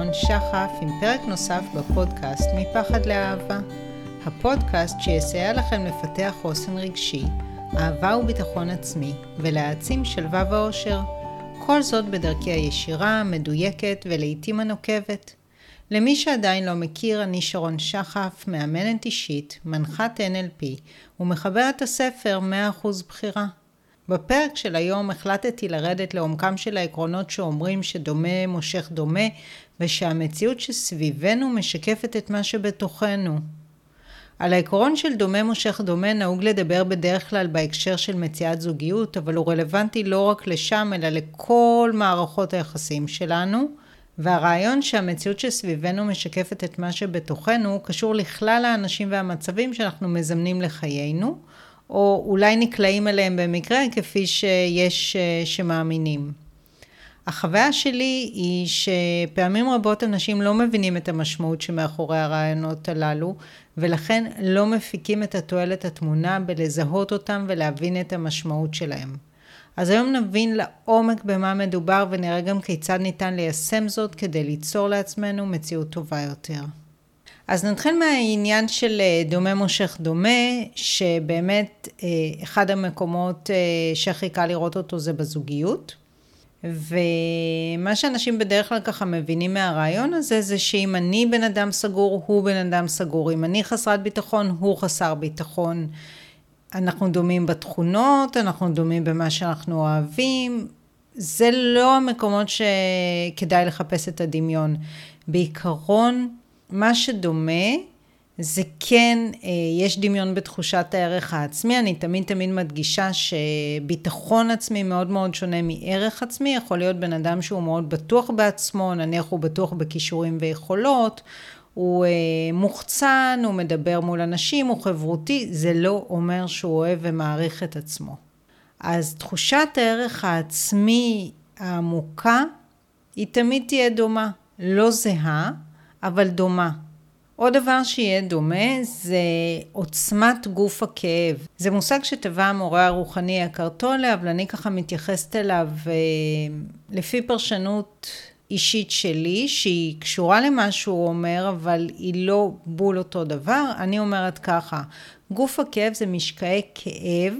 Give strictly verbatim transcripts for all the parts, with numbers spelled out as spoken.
שרון שחף עם פרק נוסף בפודקאסט מפחד לאהבה. הפודקאסט שיסייע לכם לפתח חוסן רגשי, אהבה וביטחון עצמי ולהעצים שלווה ואושר. כל זאת בדרכי הישירה, מדויקת ולעיתים הנוקבת. למי שעדיין לא מכיר, אני שרון שחף, מאמנת אישית, מנחת אן אל פי ומחברת הספר מאה אחוז בחירה. בפרק של היום החלטתי לרדת לעומקם של העקרונות שאומרים שדומה מושך דומה ושהמציאות שסביבנו משקפת את מה שבתוכנו. על העקרון של דומה מושך דומה נהוג לדבר בדרך כלל בהקשר של מציאת זוגיות, אבל הוא רלוונטי לא רק לשם אלא לכל מערכות היחסים שלנו, והרעיון שהמציאות שסביבנו משקפת את מה שבתוכנו קשור לכלל האנשים והמצבים שאנחנו מזמנים לחיינו, או אולי נקלעים אליהם במקרה כפי שיש שמאמינים. החוויה שלי היא שפעמים רבות אנשים לא מבינים את המשמעות שמאחורי הרעיונות הללו, ולכן לא מפיקים את התועלת התמונה בלזהות אותם ולהבין את המשמעות שלהם. אז היום נבין לעומק במה מדובר ונראה גם כיצד ניתן ליישם זאת כדי ליצור לעצמנו מציאות טובה יותר. אז נתחיל מהעניין של דומה מושך דומה, שבאמת אחד המקומות שהכי קל לראות אותו זה בזוגיות. ומה שאנשים בדרך כלל ככה מבינים מהרעיון הזה, זה שאם אני בן אדם סגור, הוא בן אדם סגור. אם אני חסרת ביטחון, הוא חסר ביטחון. אנחנו דומים בתכונות, אנחנו דומים במה שאנחנו אוהבים. זה לא המקומות שכדאי לחפש את הדמיון. בעיקרון, מה שדומה, זה כן, יש דמיון בתחושת הערך העצמי. אני תמיד תמיד מדגישה שביטחון עצמי מאוד מאוד שונה מערך עצמי. יכול להיות בן אדם שהוא מאוד בטוח בעצמו, נניח הוא בטוח בכישורים ויכולות, הוא מוחצן, הוא מדבר מול אנשים, הוא חברותי, זה לא אומר שהוא אוהב ומעריך את עצמו. אז תחושת הערך העצמי העמוקה, היא תמיד תהיה דומה, לא זהה, אבל דומה. עוד דבר שיהיה דומה זה עוצמת גוף הכאב. זה מושג שטבע המורה הרוחני הקרטולה, אבל אני ככה מתייחסת אליו לפי פרשנות אישית שלי, שהיא קשורה למה שהוא אומר, אבל היא לא בול אותו דבר. אני אומרת ככה, גוף הכאב זה משקעי כאב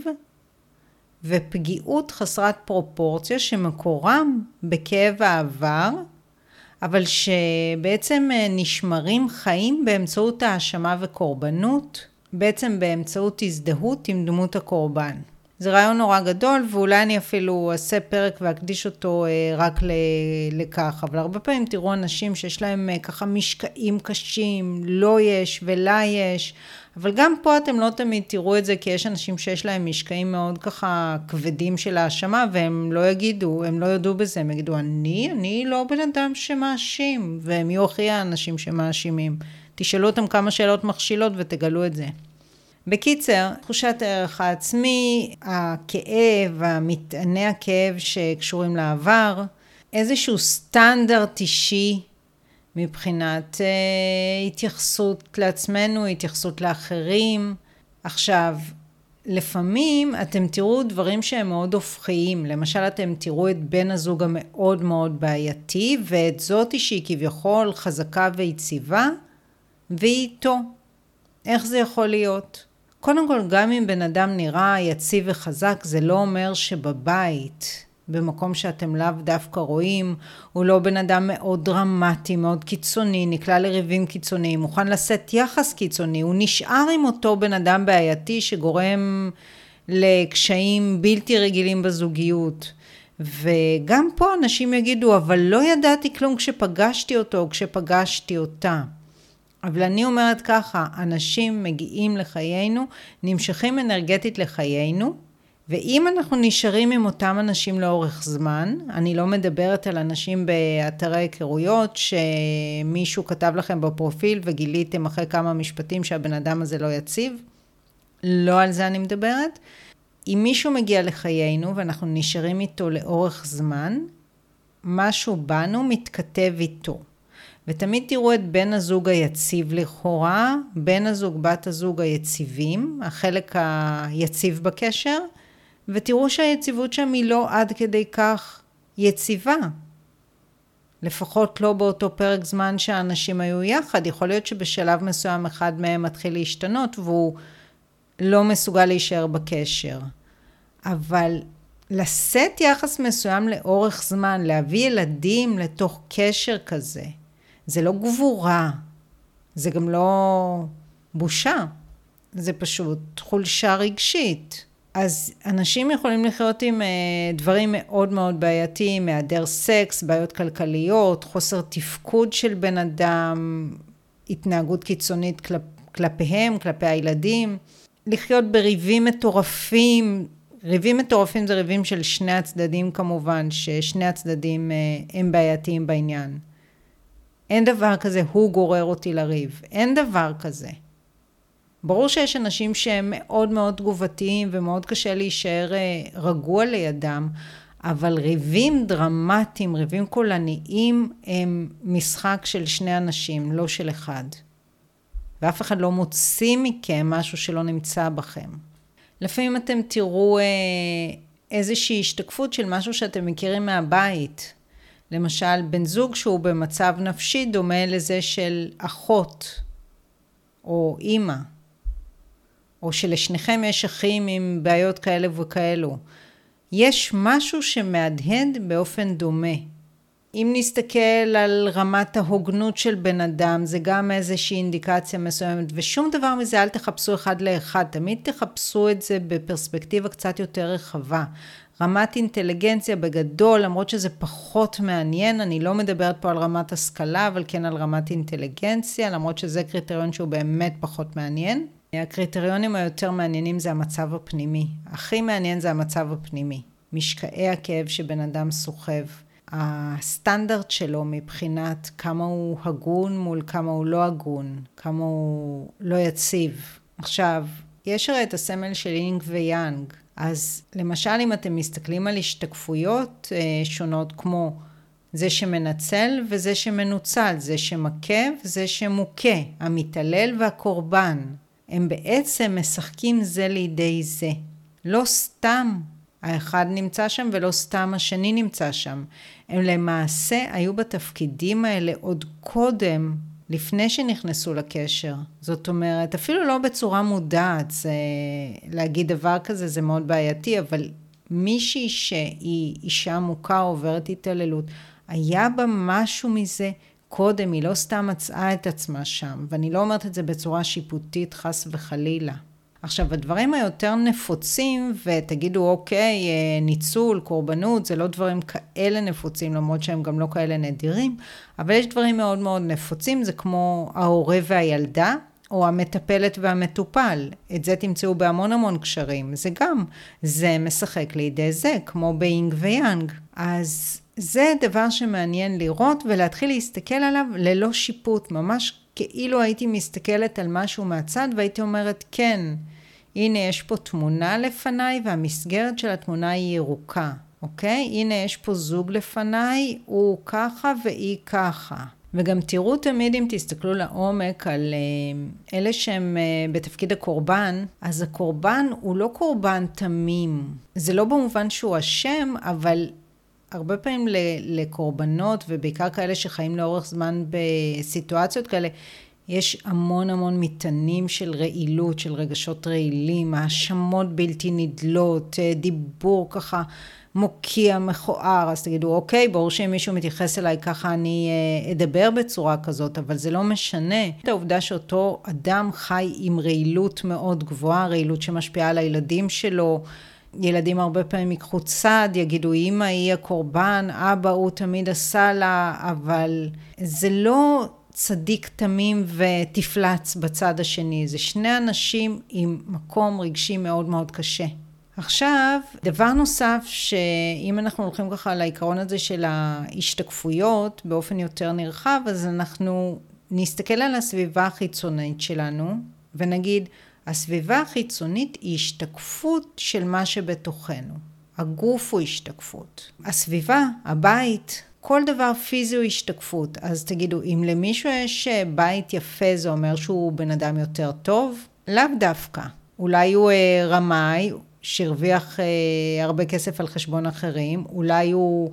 ופגיעות חסרת פרופורציה שמקורם בכאב העבר, אבל שבעצם נשמרים חיים באמצעות האשמה וקורבנות, בעצם באמצעות הזדהות עם דמות הקורבן. זה רעיון נורא גדול, ואולי אני אפילו אעשה פרק ואקדיש אותו רק לכך, אבל הרבה פעמים תראו אנשים שיש להם ככה משקעים קשים, לא יש ולה יש, אבל גם פה אתם לא תמיד תראו את זה, כי יש אנשים שיש להם משקעים מאוד ככה כבדים של האשמה, והם לא יגידו, הם לא יודו בזה, הם יגידו, אני, אני לא בן אדם שמאשים, והם יהיו הכי האנשים שמאשימים. תשאלו אותם כמה שאלות מכשילות ותגלו את זה. בקיצר, תחושת הערך העצמי, הכאב, המטעני הכאב שקשורים לעבר, איזשהו סטנדרט אישי מבחינת אה, התייחסות לעצמנו, התייחסות לאחרים. עכשיו, לפעמים אתם תראו דברים שהם מאוד הופכיים. למשל, אתם תראו את בן הזוג המאוד מאוד בעייתי, ואת זאתי שהיא כביכול חזקה ויציבה, והיא איתו. איך זה יכול להיות? קודם כל, גם אם בן אדם נראה יציב וחזק, זה לא אומר שבבית, במקום שאתם לאו דווקא רואים, הוא לא בן אדם מאוד דרמטי, מאוד קיצוני, נקלע לריבים קיצוניים, מוכן לשאת יחס קיצוני, הוא נשאר עם אותו בן אדם בעייתי שגורם לקשיים בלתי רגילים בזוגיות. וגם פה אנשים יגידו, אבל לא ידעתי כלום כשפגשתי אותו או כשפגשתי אותה. אבל אני אומרת ככה, אנשים מגיעים לחיינו, נמשכים אנרגטית לחיינו, ואם אנחנו נשארים עם אותם אנשים לאורך זמן, אני לא מדברת על אנשים באתרי היכרויות, שמישהו כתב לכם בפרופיל וגיליתם אחרי כמה משפטים שהבן אדם הזה לא יציב, לא על זה אני מדברת. אם מישהו מגיע לחיינו ואנחנו נשארים איתו לאורך זמן, משהו בנו מתכתב איתו. ותמיד תראו את בן הזוג היציב לכאורה, בן הזוג, בת הזוג היציבים, החלק היציב בקשר, ותראו שהיציבות שם היא לא עד כדי כך יציבה. לפחות לא באותו פרק זמן שהאנשים היו יחד. יכול להיות שבשלב מסוים אחד מהם מתחיל להשתנות והוא לא מסוגל להישאר בקשר. אבל לשאת יחס מסוים לאורך זמן, להביא ילדים לתוך קשר כזה, זה לא גבורה, זה גם לא בושה, זה פשוט חולשה רגשית. אז אנשים יכולים לחיות עם דברים מאוד מאוד בעייתיים, היעדר סקס, בעיות כלכליות, חוסר תפקוד של בן אדם, התנהגות קיצונית כלפ, כלפיהם, כלפי הילדים, לחיות בריבים מטורפים. ריבים מטורפים זה ריבים של שני הצדדים כמובן, ששני הצדדים הם בעייתיים בעניין. אין דבר כזה, הוא גורר אותי לריב. אין דבר כזה. ברור שיש אנשים שהם מאוד מאוד תגובתיים ומאוד קשה להישאר רגוע לידם, אבל ריבים דרמטיים, ריבים קולניים, הם משחק של שני אנשים, לא של אחד. ואף אחד לא מוציא מכם משהו שלא נמצא בכם. לפעמים אתם תראו איזושהי השתקפות של משהו שאתם מכירים מהבית. למשל, בן זוג שהוא במצב נפשי דומה לזה של אחות או אימא. או שלשניכם יש אחים עם בעיות כאלה וכאלו. יש משהו שמהדהד באופן דומה. אם נסתכל על רמת ההוגנות של בן אדם, זה גם איזושהי אינדיקציה מסוימת, ושום דבר מזה אל תחפשו אחד לאחד, תמיד תחפשו את זה בפרספקטיבה קצת יותר רחבה. רמת אינטליגנציה בגדול, למרות שזה פחות מעניין, אני לא מדברת פה על רמת השכלה, אבל כן על רמת אינטליגנציה, למרות שזה קריטריון שהוא באמת פחות מעניין. הקריטריונים היותר מעניינים זה המצב הפנימי. הכי מעניין זה המצב הפנימי. משקעי הכאב שבן אדם סוחב. הסטנדרט שלו מבחינת כמה הוא הגון מול כמה הוא לא הגון, כמה הוא לא יציב. עכשיו, יש הרי את הסמל של אינג ויאנג. אז למשל אם אתם מסתכלים על השתקפויות שונות כמו זה שמנצל וזה שמנוצל, זה שמכה וזה שמוכה, המתעלל והקורבן. הם בעצם משחקים זה לידי זה. לא סתם האחד נמצא שם ולא סתם השני נמצא שם. הם למעשה היו בתפקידים האלה עוד קודם, לפני שנכנסו לקשר. זאת אומרת, אפילו לא בצורה מודעת, זה, להגיד דבר כזה זה מאוד בעייתי, אבל מישהי שהיא אישה מוכה עוברת התעללות, היה בה משהו מזה קודם, היא לא סתם מצאה את עצמה שם, ואני לא אומרת את זה בצורה שיפוטית חס וחלילה. עכשיו, הדברים היותר נפוצים, ותגידו, אוקיי, ניצול, קורבנות, זה לא דברים כאלה נפוצים, למרות שהם גם לא כאלה נדירים, אבל יש דברים מאוד מאוד נפוצים, זה כמו ההורה והילדה, או המטפלת והמטופל. את זה תמצאו בהמון המון קשרים. זה גם, זה משחק לידי זה, כמו באינג ויאנג. אז זה דבר שמעניין לראות, ולהתחיל להסתכל עליו ללא שיפוט, ממש כאילו הייתי מסתכלת על משהו מהצד, והייתי אומרת, כן, הנה יש פה תמונה לפניי, והמסגרת של התמונה היא ירוקה, אוקיי? הנה יש פה זוג לפניי, הוא ככה והיא ככה. וגם תראו תמיד אם תסתכלו לעומק על אלה שהם בתפקיד הקורבן, אז הקורבן הוא לא קורבן תמים. זה לא במובן שהוא אשם, אבל הרבה פעמים לקורבנות, ובעיקר כאלה שחיים לאורך זמן בסיטואציות כאלה, יש המון המון מטענים של רעילות, של רגשות רעילים, האשמות בלתי נדלות, דיבור ככה מוקיע, מכוער. אז תגידו, אוקיי, ברור שאם מישהו מתייחס אליי ככה אני אדבר בצורה כזאת, אבל זה לא משנה. את העובדה שאותו אדם חי עם רעילות מאוד גבוהה, רעילות שמשפיעה על הילדים שלו, ילדים הרבה פעמים יקחו צד, יגידו, אמא היא הקורבן, אבא הוא תמיד עשה לה, אבל זה לא צדיק תמים ותפלץ בצד השני. זה שני אנשים עם מקום רגשי מאוד מאוד קשה. עכשיו, דבר נוסף שאם אנחנו הולכים ככה לעיקרון הזה של ההשתקפויות באופן יותר נרחב, אז אנחנו נסתכל על הסביבה החיצונית שלנו ונגיד, הסביבה החיצונית היא השתקפות של מה שבתוכנו. הגוף הוא השתקפות. הסביבה, הבית, כל דבר פיזי הוא השתקפות. אז תגידו, אם למישהו יש בית יפה, זה אומר שהוא בן אדם יותר טוב? לאו דווקא. אולי הוא רמאי, שהרוויח הרבה כסף על חשבון אחרים. אולי הוא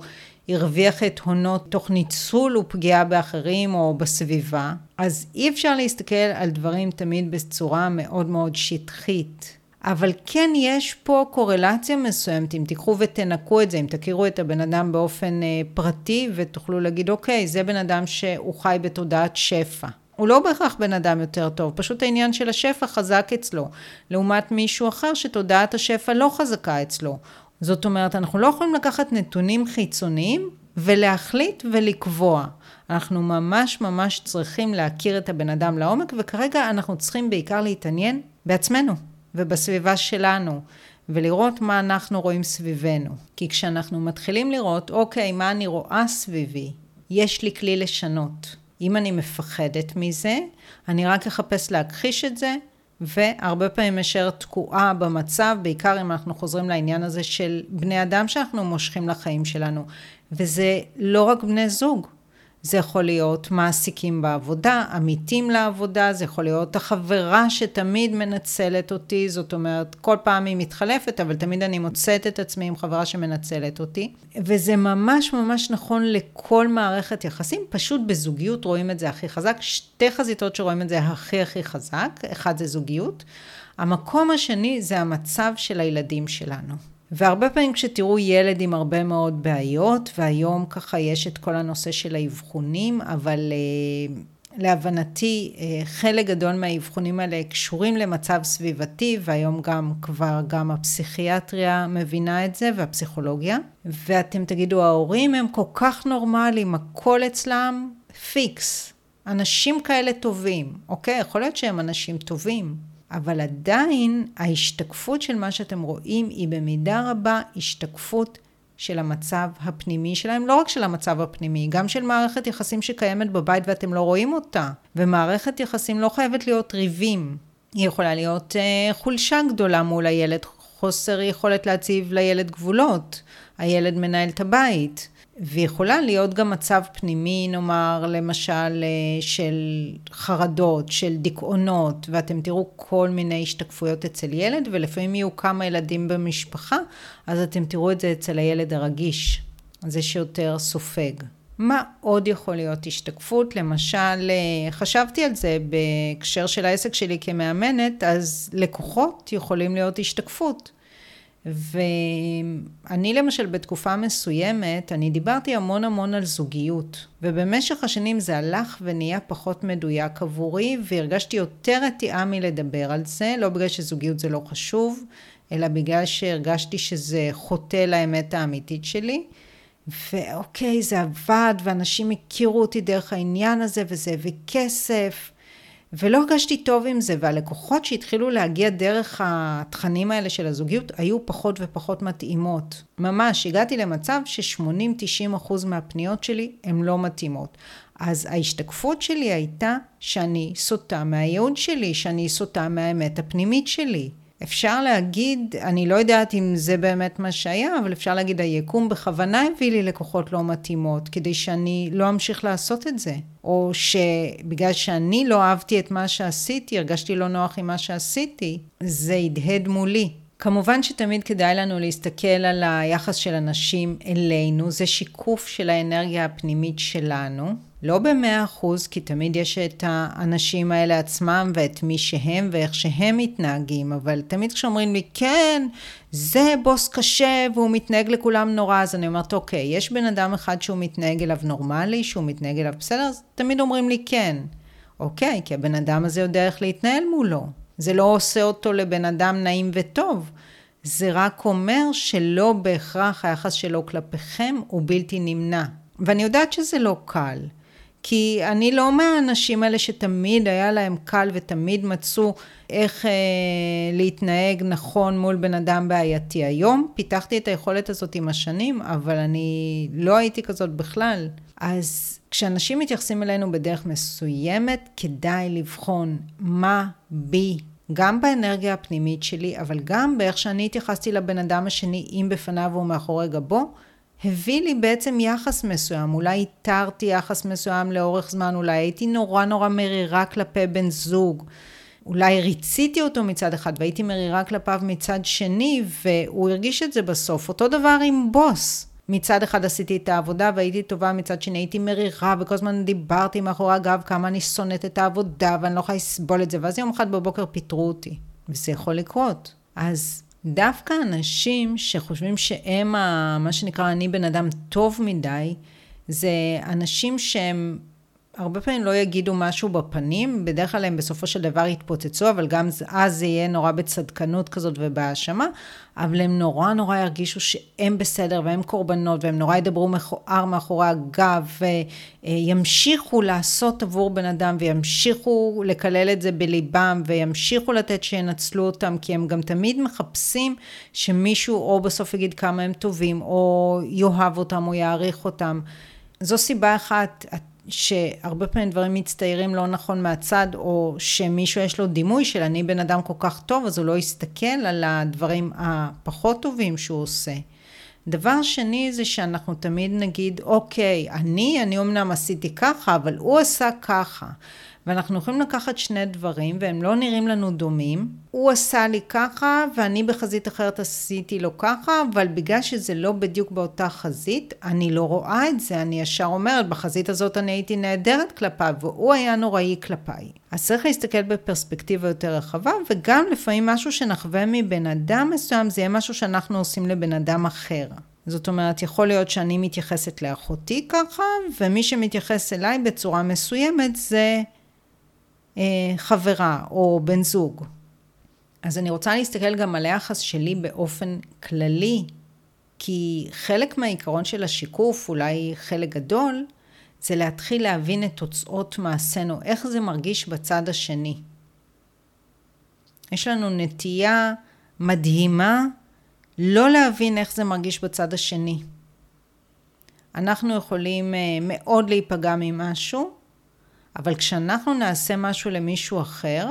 הרוויח את הונו תוך ניצול ופגיעה באחרים או בסביבה. אז אי אפשר להסתכל על דברים תמיד בצורה מאוד מאוד שטחית. אבל כן יש פה קורלציה מסוימת, אם תיקחו ותנקו את זה, אם תכירו את הבן אדם באופן אה, פרטי ותוכלו להגיד, אוקיי, זה בן אדם שהוא חי בתודעת שפע. הוא לא בהכרח בן אדם יותר טוב, פשוט העניין של השפע חזק אצלו, לעומת מישהו אחר שתודעת השפע לא חזקה אצלו. זאת אומרת, אנחנו לא יכולים לקחת נתונים חיצוניים ולהחליט ולקבוע. אנחנו ממש ממש צריכים להכיר את הבן אדם לעומק, וכרגע אנחנו צריכים בעיקר להתעניין בעצמנו ובסביבה שלנו, ולראות מה אנחנו רואים סביבנו. כי כשאנחנו מתחילים לראות, אוקיי, מה אני רואה סביבי, יש לי כלי לשנות. אם אני מפחדת מזה, אני רק אחפש להכחיש את זה, והרבה פעמים אשר תקועה במצב, בעיקר אם אנחנו חוזרים לעניין הזה של בני אדם שאנחנו מושכים לחיים שלנו. וזה לא רק בני זוג, זה יכול להיות מעסיקים בעבודה, עמיתים לעבודה, זה יכול להיות החברה שתמיד מנצלת אותי, זאת אומרת, כל פעם היא מתחלפת, אבל תמיד אני מוצאת את עצמי עם חברה שמנצלת אותי, וזה ממש ממש נכון לכל מערכת יחסים, פשוט בזוגיות רואים את זה הכי חזק, שתי חזיתות שרואים את זה הכי הכי חזק, אחד זה זוגיות, המקום השני זה המצב של הילדים שלנו. והרבה פעמים כשתראו ילד עם הרבה מאוד בעיות, והיום ככה יש את כל הנושא של האבחונים, אבל אה, להבנתי אה, חלק גדול מהאבחונים האלה קשורים למצב סביבתי, והיום גם כבר גם הפסיכיאטריה מבינה את זה, והפסיכולוגיה. ואתם תגידו, ההורים הם כל כך נורמליים, הכל אצלם פיקס. אנשים כאלה טובים, אוקיי? יכול להיות שהם אנשים טובים. אבל עדיין ההשתקפות של מה שאתם רואים היא במידה רבה השתקפות של המצב הפנימי שלהם, לא רק של המצב הפנימי, גם של מערכת יחסים שקיימת בבית ואתם לא רואים אותה. ומערכת יחסים לא חייבת להיות ריבים. היא יכולה להיות אה, חולשה גדולה מול הילד, חוסר יכולת להציב לילד גבולות. הילד מנהל את הבית. ויכולה להיות גם מצב פנימי, נאמר, למשל, של חרדות, של דיכאונות, ואתם תראו כל מיני השתקפויות אצל ילד, ולפעמים יהיו כמה ילדים במשפחה, אז אתם תראו את זה אצל הילד הרגיש, זה שיותר סופג. מה עוד יכול להיות השתקפות? למשל, חשבתי על זה בהקשר של העסק שלי כמאמנת, אז לקוחות יכולים להיות השתקפות. ואני למשל בתקופה מסוימת, אני דיברתי המון המון על זוגיות, ובמשך השנים זה הלך ונהיה פחות מדויק עבורי, והרגשתי יותר רתיעה מלדבר על זה, לא בגלל שזוגיות זה לא חשוב, אלא בגלל שהרגשתי שזה חוטא לאמת האמיתית שלי, ואוקיי, זה עבד, ואנשים הכירו אותי דרך העניין הזה, וזה הביא כסף, ולא הרגשתי טוב עם זה, והלקוחות שהתחילו להגיע דרך התכנים האלה של הזוגיות, היו פחות ופחות מתאימות. ממש, הגעתי למצב ש-שמונים עד תשעים אחוז מהפניות שלי הן לא מתאימות. אז ההשתקפות שלי הייתה שאני סוטה מהייעוד שלי, שאני סוטה מהאמת הפנימית שלי. אפשר להגיד, אני לא יודעת אם זה באמת מה שהיה, אבל אפשר להגיד, היקום בכוונה הביא לי לקוחות לא מתאימות, כדי שאני לא אמשיך לעשות את זה. או שבגלל שאני לא אהבתי את מה שעשיתי, הרגשתי לא נוח עם מה שעשיתי, זה ידהד מולי. כמובן שתמיד כדאי לנו להסתכל על היחס של אנשים אלינו, זה שיקוף של האנרגיה הפנימית שלנו, לא במאה אחוז, כי תמיד יש את האנשים האלה עצמם ואת מי שהם ואיך שהם מתנהגים, אבל תמיד כשאומרים לי, כן, זה בוס קשה והוא מתנהג לכולם נורא, אז אני אומרת, אוקיי, יש בן אדם אחד שהוא מתנהג אליו נורמלי, שהוא מתנהג אליו בסדר, אז תמיד אומרים לי כן. אוקיי, כי הבן אדם הזה יודע איך להתנהל מולו. זה לא עושה אותו לבן אדם נעים וטוב. זה רק אומר שלא בהכרח היחס שלו כלפיכם הוא בלתי נמנע. ואני יודעת שזה לא קל. כי אני לא מהאנשים האלה שתמיד היה להם קל ותמיד מצאו איך אה, להתנהג נכון מול בן אדם בעייתי. היום פיתחתי את היכולת הזאת עם השנים, אבל אני לא הייתי כזאת בכלל. אז כשאנשים מתייחסים אלינו בדרך מסוימת, כדאי לבחון מה בי, גם באנרגיה הפנימית שלי, אבל גם באיך שאני התייחסתי לבן אדם השני, אם בפניו או מאחורי גבו, הביא לי בעצם יחס מסוים, אולי התרתי יחס מסוים לאורך זמן, אולי הייתי נורא נורא מרירה כלפי בן זוג, אולי ריציתי אותו מצד אחד והייתי מרירה כלפיו מצד שני, והוא הרגיש את זה בסוף. אותו דבר עם בוס. מצד אחד עשיתי את העבודה והייתי טובה, מצד שני הייתי מרירה, וכל הזמן דיברתי מאחורי הגב כמה אני שונאת את העבודה, ואני לא יכולה לסבול את זה, ואז יום אחד בבוקר פיטרו אותי, וזה יכול לקרות. אז דווקא אנשים שחושבים שהם, מה שנקרא, אני בן אדם טוב מדי, זה אנשים שהם הרבה פעמים לא יגידו משהו בפנים, בדרך כלל הם בסופו של דבר יתפוצצו, אבל גם אז זה יהיה נורא בצדקנות כזאת ובהאשמה, אבל הם נורא נורא ירגישו שהם בסדר והם קורבנות, והם נורא ידברו מכוער מאחורי הגב, וימשיכו לעשות עבור בן אדם, וימשיכו לקלל את זה בליבם, וימשיכו לתת שינצלו אותם, כי הם גם תמיד מחפשים שמישהו או בסוף יגיד כמה הם טובים, או יאהב אותם או יעריך אותם. זו סיבה אחת, שהרבה פעמים דברים מצטיירים לא נכון מהצד, או שמישהו יש לו דימוי של אני בן אדם כל כך טוב, אז הוא לא יסתכל על הדברים הפחות טובים שהוא עושה. דבר שני זה שאנחנו תמיד נגיד, אוקיי, אני, אני אומנם עשיתי ככה, אבל הוא עשה ככה. ואנחנו יכולים לקחת שני דברים, והם לא נראים לנו דומים. הוא עשה לי ככה, ואני בחזית אחרת עשיתי לו ככה, אבל בגלל שזה לא בדיוק באותה חזית, אני לא רואה את זה, אני ישר אומרת, בחזית הזאת אני הייתי נהדרת כלפיו, והוא היה נוראי כלפיי. אז צריך להסתכל בפרספקטיבה יותר רחבה, וגם לפעמים משהו שנחווה מבן אדם מסוים, זה יהיה משהו שאנחנו עושים לבן אדם אחר. זאת אומרת, יכול להיות שאני מתייחסת לאחותי ככה, ומי שמתייחס אליי בצורה מסוימת זה חברה או בן זוג. אז אני רוצה להסתכל גם על היחס שלי באופן כללי, כי חלק מהעיקרון של השיקוף, אולי חלק גדול, זה להתחיל להבין את תוצאות מעשינו, איך זה מרגיש בצד השני. יש לנו נטייה מדהימה לא להבין איך זה מרגיש בצד השני. אנחנו יכולים מאוד להיפגע ממשהו, אבל כשאנחנו נעשה משהו למישהו אחר,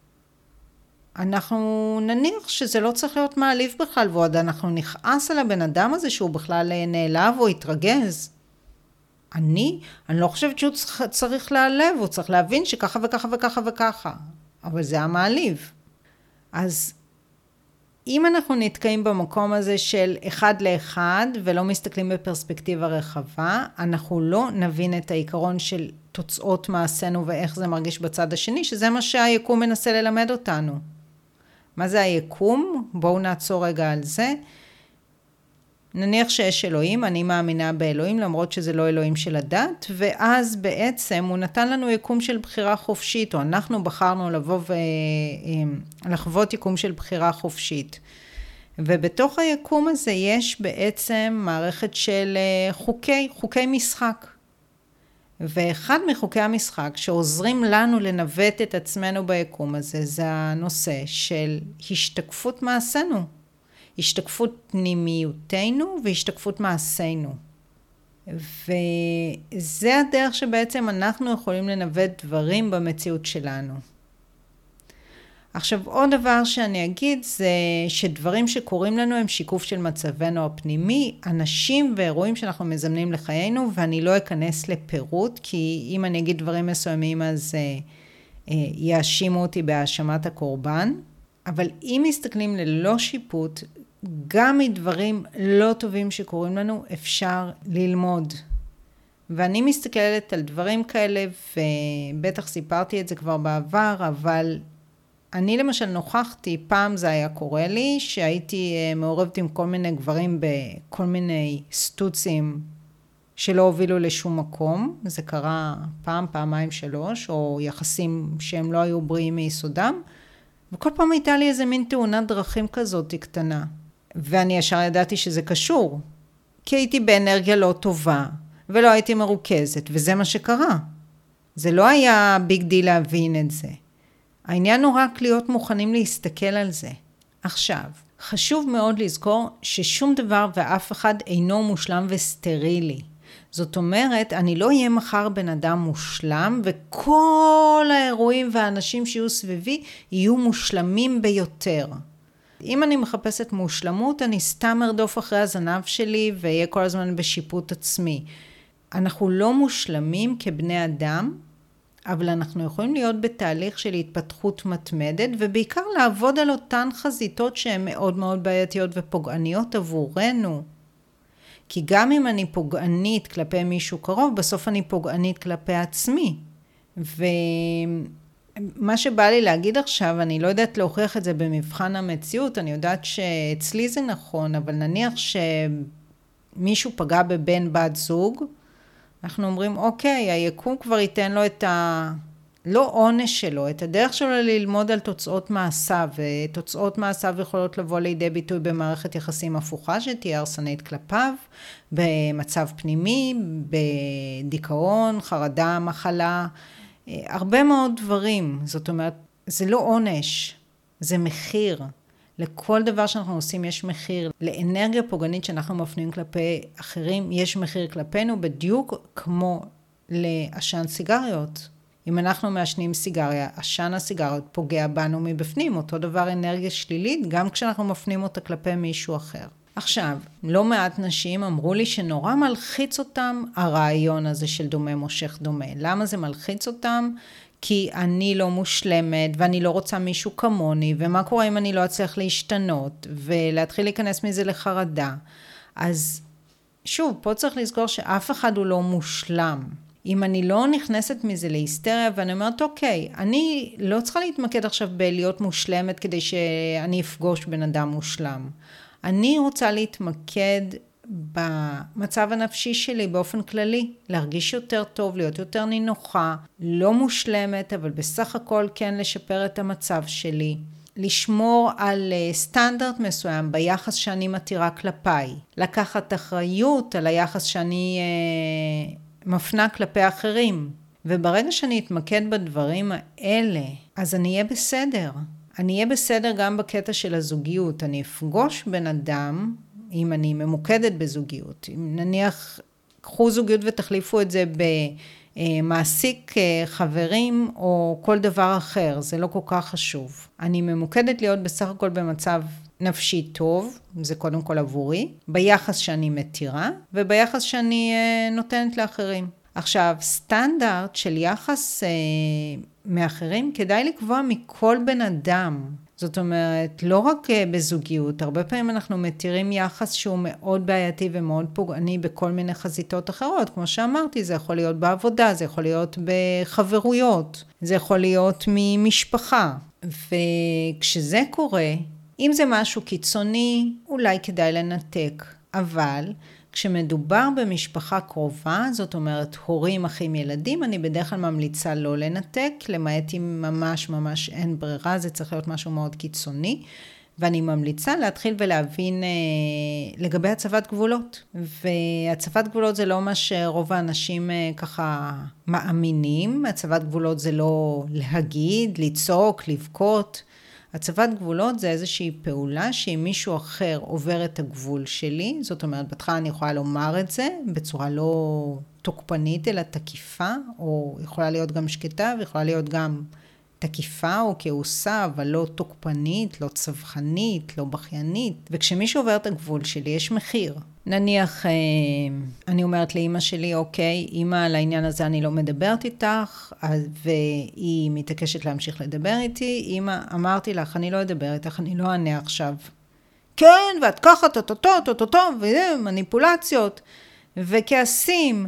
אנחנו נניח שזה לא צריך להיות מעליב בכלל, ועוד אנחנו נכעס על הבן אדם הזה שהוא בכלל נעלב או יתרגז. אני, אני לא חושבת שהוא צריך להעלב, הוא צריך להבין שככה וככה וככה וככה, אבל זה המעליב. אז אם אנחנו נתקעים במקום הזה של אחד לאחד ולא מסתכלים בפרספקטיבה רחבה, אנחנו לא נבין את העיקרון של תוצאות מעשינו ואיך זה מרגיש בצד השני, שזה מה שהיקום מנסה ללמד אותנו. מה זה היקום? בואו נעצור רגע על זה. נניח שיש אלוהים, אני מאמינה באלוהים, למרות שזה לא אלוהים של הדת, ואז בעצם הוא נתן לנו יקום של בחירה חופשית, או אנחנו בחרנו לבוא ולחוות יקום של בחירה חופשית. ובתוך היקום הזה יש בעצם מערכת של חוקי, חוקי משחק. ואחד מחוקי המשחק שעוזרים לנו לנווט את עצמנו ביקום הזה, זה הנושא של השתקפות מעשינו. השתקפות פנימיותנו והשתקפות מעשינו. וזה הדרך שבעצם אנחנו יכולים לנווט דברים במציאות שלנו. עכשיו עוד דבר שאני אגיד זה שדברים שקורים לנו הם שיקוף של מצבנו הפנימי, אנשים ואירועים שאנחנו מזמנים לחיינו, ואני לא אכנס לפירוט, כי אם אני אגיד דברים מסוימים אז אה, אה, יאשימו אותי בהאשמת הקורבן. אבל אם מסתכלים ללא שיפוט, גם מדברים לא טובים שקורים לנו אפשר ללמוד. ואני מסתכלת על דברים כאלה, ובטח סיפרתי את זה כבר בעבר, אבל אני למשל נוכחתי, פעם זה היה קורה לי, שהייתי מעורבת עם כל מיני גברים בכל מיני סטוצים שלא הובילו לשום מקום. זה קרה פעם, פעמיים, שלוש, או יחסים שהם לא היו בריאים מיסודם. וכל פעם הייתה לי איזה מין תאונת דרכים כזאת קטנה. ואני ישר ידעתי שזה קשור. כי הייתי באנרגיה לא טובה, ולא הייתי מרוכזת, וזה מה שקרה. זה לא היה ביג דיל להבין את זה. העניין הוא רק להיות מוכנים להסתכל על זה. עכשיו, חשוב מאוד לזכור ששום דבר ואף אחד אינו מושלם וסטרילי. זאת אומרת, אני לא אהיה מחר בן אדם מושלם, וכל האירועים והאנשים שיהיו סביבי יהיו מושלמים ביותר. אם אני מחפשת מושלמות, אני סתם ארדוף אחרי הזנב שלי, ואהיה כל הזמן בשיפוט עצמי. אנחנו לא מושלמים כבני אדם, אבל אנחנו יכולים להיות בתהליך של התפתחות מתמדת, ובעיקר לעבוד על אותן חזיתות שהן מאוד מאוד בעייתיות ופוגעניות עבורנו. כי גם אם אני פוגענית כלפי מישהו קרוב, בסוף אני פוגענית כלפי עצמי. ומה שבא לי להגיד עכשיו, אני לא יודעת להוכיח את זה במבחן המציאות, אני יודעת שאצלי זה נכון, אבל נניח שמישהו פגע בבן בת זוג, אנחנו אומרים, אוקיי, היקום כבר ייתן לו את ה... לא עונש שלו, את הדרך שלו ללמוד על תוצאות מעשיו, ותוצאות מעשיו יכולות לבוא לידי ביטוי במערכת יחסים הפוכה, שתהיה הרסנית כלפיו, במצב פנימי, בדיכאון, חרדה, מחלה, הרבה מאוד דברים. זאת אומרת, זה לא עונש, זה מחיר. לכל דבר שאנחנו עושים יש מחיר. לאנרגיה פוגענית שאנחנו מפנים כלפי אחרים, יש מחיר כלפינו, בדיוק כמו לעשן סיגריות. אם אנחנו מעשנים סיגריה, עשן הסיגריות פוגע בנו מבפנים, אותו דבר אנרגיה שלילית, גם כשאנחנו מפנים אותה כלפי מישהו אחר. עכשיו, לא מעט נשים אמרו לי שנורא מלחיץ אותם הרעיון הזה של דומה מושך דומה. למה זה מלחיץ אותם? כי אני לא מושלמת, ואני לא רוצה מישהו כמוני, ומה קורה אם אני לא אצליח להשתנות, ולהתחיל להיכנס מזה לחרדה. אז שוב, פה צריך לזכור שאף אחד הוא לא מושלם. אם אני לא נכנסת מזה להיסטריה, ואני אומרת, אוקיי, אני לא צריכה להתמקד עכשיו בלהיות מושלמת, כדי שאני אפגוש בן אדם מושלם. אני רוצה להתמקד במצב הנפשי שלי באופן כללי, להרגיש יותר טוב, להיות יותר נינוחה, לא מושלמת, אבל בסך הכל כן לשפר את המצב שלי. לשמור על סטנדרט מסוים ביחס שאני מתירה כלפיי. לקחת אחריות על היחס שאני אה, מפנה כלפי אחרים. וברגע שאני אתמקד בדברים האלה, אז אני אהיה בסדר. אני אהיה בסדר גם בקטע של הזוגיות. אני אפגוש בן אדם, אם אני ממוקדת בזוגיות. אם נניח, קחו זוגיות ותחליפו את זה במעסיק חברים או כל דבר אחר. זה לא כל כך חשוב. אני ממוקדת להיות בסך הכל במצב נפשי טוב, זה קודם כל עבורי, ביחס שאני מתירה וביחס שאני נותנת לאחרים. עכשיו, סטנדרט של יחס אה, מאחרים כדאי לקבוע מכל בן אדם. זאת אומרת, לא רק אה, בזוגיות, הרבה פעמים אנחנו מתירים יחס שהוא מאוד בעייתי ומאוד פוגעני בכל מיני חזיתות אחרות. כמו שאמרתי, זה יכול להיות בעבודה, זה יכול להיות בחברויות, זה יכול להיות ממשפחה. וכשזה קורה, אם זה משהו קיצוני, אולי כדאי לנתק. אבל כשמדובר במשפחה קרובה, זאת אומרת הורים, אחים, ילדים, אני בדרך כלל ממליצה לא לנתק, למעט אם ממש ממש אין ברירה, זה צריך להיות משהו מאוד קיצוני, ואני ממליצה להתחיל ולהבין אה, לגבי הצבת גבולות. והצבת גבולות זה לא מה שרוב האנשים אה, ככה מאמינים, הצבת גבולות זה לא להגיד, לצעוק, לבכות, הצבת גבולות זה איזושהי פעולה שאם מישהו אחר עובר את הגבול שלי, זאת אומרת, בהתחלה אני יכולה לומר את זה בצורה לא תוקפנית אלא תקיפה, או יכולה להיות גם שקטה ויכולה להיות גם תקיפה או כעוסה, אבל לא תוקפנית, לא צווחנית, לא בכיינית. וכשמישהו עובר את הגבול שלי יש מחיר. נניח, אני אומרת לאמא שלי, אוקיי, אמא, על העניין הזה אני לא מדברת איתך, והיא מתעקשת להמשיך לדבר איתי. אמא, אמרתי לך, אני לא אדבר איתך, אני לא אענה עכשיו. כן, ואת ככה, טוטוטו, טוטוטו, ומניפולציות, וכעסים,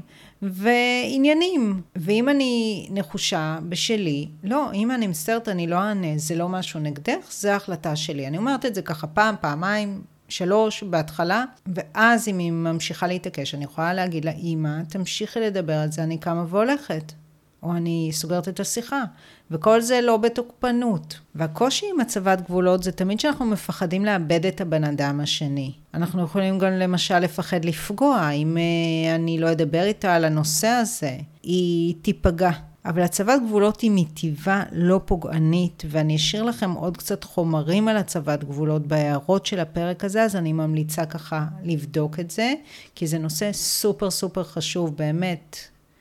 ועניינים. ואם אני נחושה בשלי, לא, אם אני מסתרת, אני לא אענה, זה לא משהו נגדך, זה ההחלטה שלי. אני אומרת את זה ככה פעם, פעמיים, שלוש בהתחלה, ואז אם היא ממשיכה להתעקש, אני יכולה להגיד לה, אמא, תמשיכי לדבר על זה, אני קמה והולכת, או אני סוגרת את השיחה, וכל זה לא בתוקפנות. והקושי עם הצבת גבולות זה תמיד שאנחנו מפחדים לאבד את הבן אדם השני. אנחנו יכולים גם למשל לפחד לפגוע, אם אני לא אדבר איתה על הנושא הזה, היא תיפגע. אבל הצבת גבולות היא מטבעה לא פוגענית, ואני אשאיר לכם עוד קצת חומרים על הצבת גבולות בהערות של הפרק הזה, אז אני ממליצה ככה לבדוק את זה, כי זה נושא סופר סופר חשוב באמת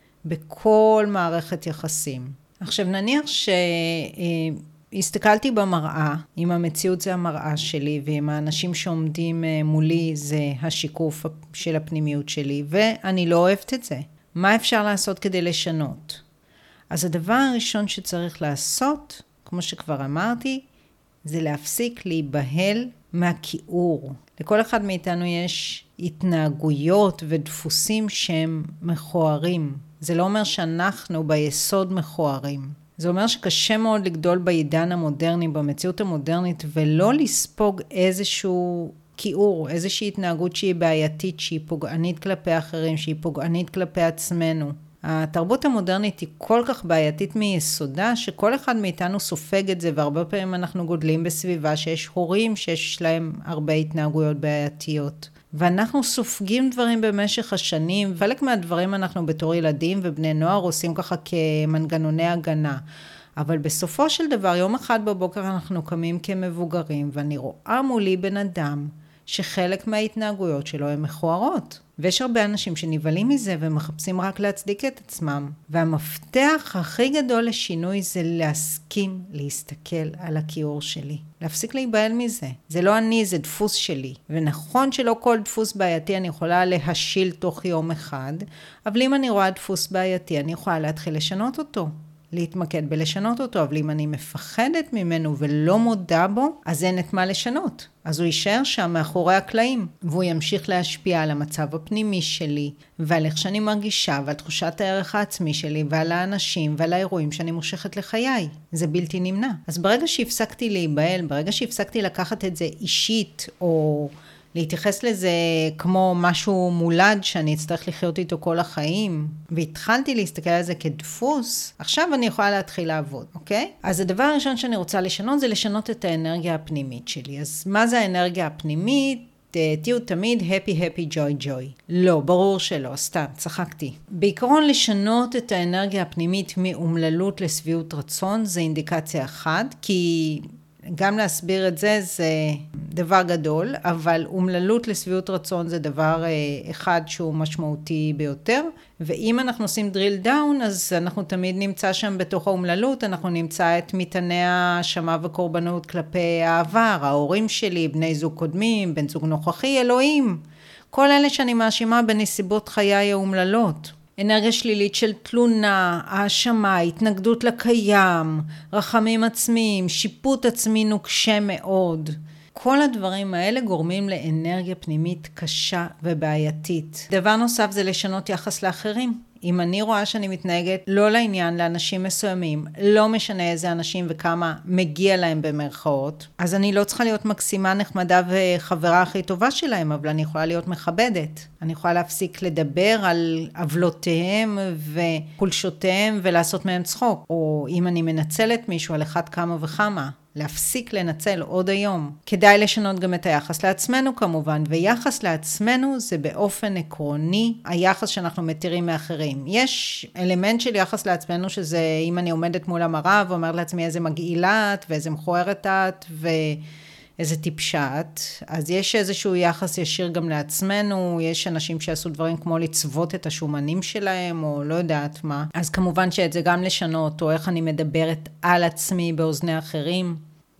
בכל מערכת יחסים. עכשיו נניח שהסתכלתי במראה, אם המציאות זה המראה שלי, ואם האנשים שעומדים מולי זה השיקוף של הפנימיות שלי, ואני לא אוהבת את זה. מה אפשר לעשות כדי לשנות? אז הדבר הראשון שצריך לעשות, כמו שכבר אמרתי, זה להפסיק להיבהל מהכיעור. לכל אחד מאיתנו יש התנהגויות ודפוסים שהם מכוערים. זה לא אומר שאנחנו ביסוד מכוערים. זה אומר שקשה מאוד לגדול בעידן המודרני, במציאות המודרנית, ולא לספוג איזשהו כיעור, איזושהי התנהגות שהיא בעייתית, שהיא פוגענית כלפי אחרים, שהיא פוגענית כלפי עצמנו. התרבות המודרנית היא כל כך בעייתית מיסודה, שכל אחד מאיתנו סופג את זה, והרבה פעמים אנחנו גודלים בסביבה שיש הורים שיש להם הרבה התנהגויות בעייתיות. ואנחנו סופגים דברים במשך השנים, וחלק מהדברים אנחנו בתור ילדים ובני נוער עושים ככה כמנגנוני הגנה. אבל בסופו של דבר, יום אחד בבוקר אנחנו קמים כמבוגרים, ואני רואה מולי בן אדם שחלק מההתנהגויות שלו הן מכוערות. ויש הרבה אנשים שנבלים מזה ומחפשים רק להצדיק את עצמם. והמפתח הכי גדול לשינוי זה להסכים להסתכל על הכיעור שלי. להפסיק להיבהל מזה. זה לא אני, זה דפוס שלי. ונכון שלא כל דפוס בעייתי אני יכולה להשיל תוך יום אחד, אבל אם אני רואה דפוס בעייתי, אני יכולה להתחיל לשנות אותו. להתמקד בלשנות אותו, אבל אם אני מפחדת ממנו ולא מודע בו, אז אין את מה לשנות. אז הוא יישאר שם מאחורי הקלעים, והוא ימשיך להשפיע על המצב הפנימי שלי, ועל איך שאני מרגישה, ועל תחושת הערך העצמי שלי, ועל האנשים, ועל האירועים שאני מושכת לחיי. זה בלתי נמנע. אז ברגע שהפסקתי להיבהל, ברגע שהפסקתי לקחת את זה אישית, או להתייחס לזה כמו משהו מולד שאני אצטרך לחיות איתו כל החיים, והתחלתי להסתכל על זה כדפוס, עכשיו אני יכולה להתחיל לעבוד, אוקיי? אז הדבר הראשון שאני רוצה לשנות זה לשנות את האנרגיה הפנימית שלי. אז מה זה האנרגיה הפנימית? תהיו תמיד happy happy joy joy. לא, ברור שלא, סתם, צחקתי. בעיקרון לשנות את האנרגיה הפנימית מאומללות לשביעות רצון זה אינדיקציה אחת, כי גם להסביר את זה זה דבר גדול, אבל אומללות לשביעות רצון זה דבר אחד שהוא משמעותי ביותר, ואם אנחנו עושים drill down, אז אנחנו תמיד נמצא שם בתוך האומללות, אנחנו נמצא את מטעני האשמה וקורבנות כלפי העבר, ההורים שלי, בני זוג קודמים, בן זוג נוכחי, אלוהים. כל אלה שאני מאשימה בנסיבות חיי האומללות. אנרגיה שלילית של תלונה, האשמה, התנגדות לקיים, רחמים עצמיים, שיפוט עצמי נוקשה מאוד. כל הדברים האלה גורמים לאנרגיה פנימית קשה ובעייתית. דבר נוסף זה לשנות יחס לאחרים. אם אני רואה שאני מתנהגת לא לעניין לאנשים מסוימים, לא משנה איזה אנשים וכמה מגיע להם במרכאות, אז אני לא צריכה להיות מקסימה, נחמדה וחברה הכי טובה שלהם, אבל אני יכולה להיות מכבדת. אני יכולה להפסיק לדבר על עוולותיהם וחולשותיהם ולעשות מהם צחוק. או אם אני מנצלת מישהו על אחד כמה וכמה, להפסיק לנצל עוד היום. כדאי לשנות גם את היחס לעצמנו כמובן, ויחס לעצמנו זה באופן עקרוני היחס שאנחנו מתירים מאחרים. יש אלמנט של יחס לעצמנו שזה אם אני עומדת מול המראה ואומרת לעצמי איזה מגעילה את ואיזה מכוערת את ואיזה טיפשה את, אז יש איזשהו יחס ישיר גם לעצמנו, יש אנשים שעשו דברים כמו לצוות את השומנים שלהם או לא יודעת מה, אז כמובן שאת זה גם לשנות, או איך אני מדברת על עצמי באוזני אחרים.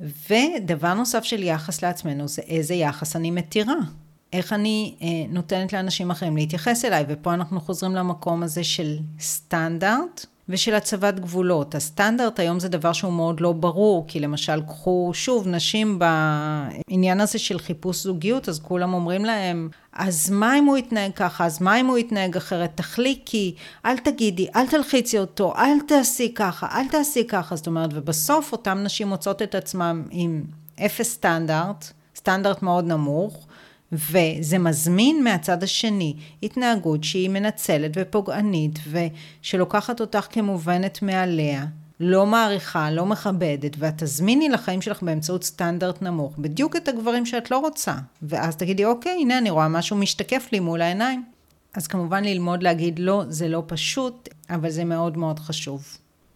ודבר נוסף של יחס לעצמנו זה איזה יחס אני מתירה. איך אני אה, נותנת לאנשים אחרים להתייחס אליי, ופה אנחנו חוזרים למקום הזה של סטנדרט ושל הצבת גבולות. הסטנדרט היום זה דבר שהוא מאוד לא ברור, כי למשל קחו שוב נשים בעניין הזה של חיפוש זוגיות, אז כולם אומרים להם, אז מה אם הוא יתנהג ככה, אז מה אם הוא יתנהג אחרת, תחליקי, אל תגידי, אל תלחיצי אותו, אל תעשי ככה, אל תעשי ככה, זאת אומרת, ובסוף אותם נשים מוצאות את עצמם עם אפס סטנדרט, סטנדרט מאוד נמוך, וזה מזמין מהצד השני התנהגות שהיא מנצלת ופוגענית ושלוקחת אותך כמובנת מעליה, לא מעריכה, לא מכבדת, ואת תזמיני לחיים שלך באמצעות סטנדרט נמוך, בדיוק את הגברים שאת לא רוצה, ואז תגידי אוקיי, הנה אני רואה משהו משתקף לי מול העיניים. אז כמובן ללמוד להגיד לא, זה לא פשוט, אבל זה מאוד מאוד חשוב.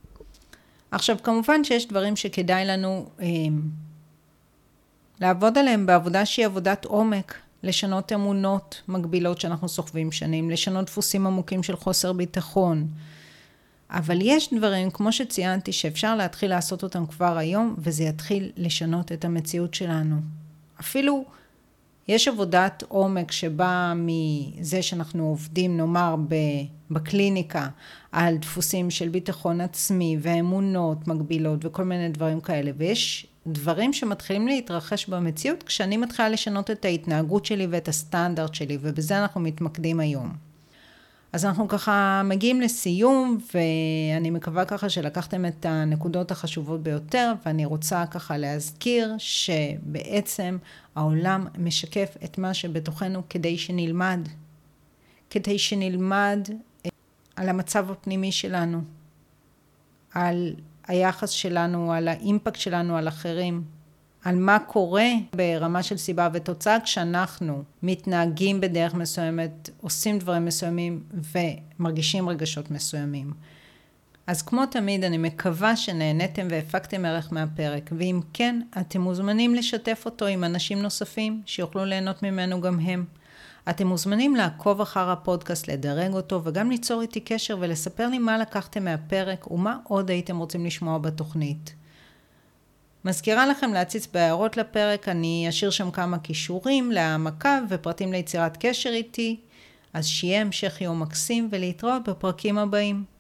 עכשיו כמובן שיש דברים שכדאי לנו אה, לעבוד עליהם בעבודה שהיא עבודת עומק, לשנות אמונות מגבילות שאנחנו סוחבים שנים, לשנות דפוסים עמוקים של חוסר ביטחון. אבל יש דברים, כמו שציינתי, שאפשר להתחיל לעשות אותם כבר היום, וזה יתחיל לשנות את המציאות שלנו. אפילו יש עבודת עומק שבאה מזה שאנחנו עובדים, נאמר, בקליניקה, על דפוסים של ביטחון עצמי ואמונות מגבילות וכל מיני דברים כאלה, ויש דברים שמתחילים להתרחש במציאות, כשאני מתחילה לשנות את ההתנהגות שלי ואת הסטנדרט שלי, ובזה אנחנו מתמקדים היום. אז אנחנו ככה מגיעים לסיום, ואני מקווה ככה שלקחתם את הנקודות החשובות ביותר, ואני רוצה ככה להזכיר שבעצם העולם משקף את מה שבתוכנו כדי שנלמד, כדי שנלמד על המצב הפנימי שלנו, על היחס שלנו, על האימפקט שלנו על אחרים, על מה קורה ברמה של סיבה ותוצאה כשאנחנו מתנהגים בדרך מסוימת, עושים דברים מסוימים ומרגישים רגשות מסוימים. אז כמו תמיד אני מקווה שנהניתם והפקתם ערך מהפרק, ואם כן אתם מוזמנים לשתף אותו עם אנשים נוספים שיוכלו ליהנות ממנו גם הם. אתם מוזמנים לעקוב אחר הפודקאסט, לדרג אותו וגם ליצור איתי קשר ולספר לי מה לקחתם מהפרק ומה עוד הייתם רוצים לשמוע בתוכנית. מזכירה לכם להציץ בהערות לפרק, אני אשאיר שם כמה קישורים להעמקה ופרטים ליצירת קשר איתי, אז שיהיה המשך יום מקסים ולהתראות בפרקים הבאים.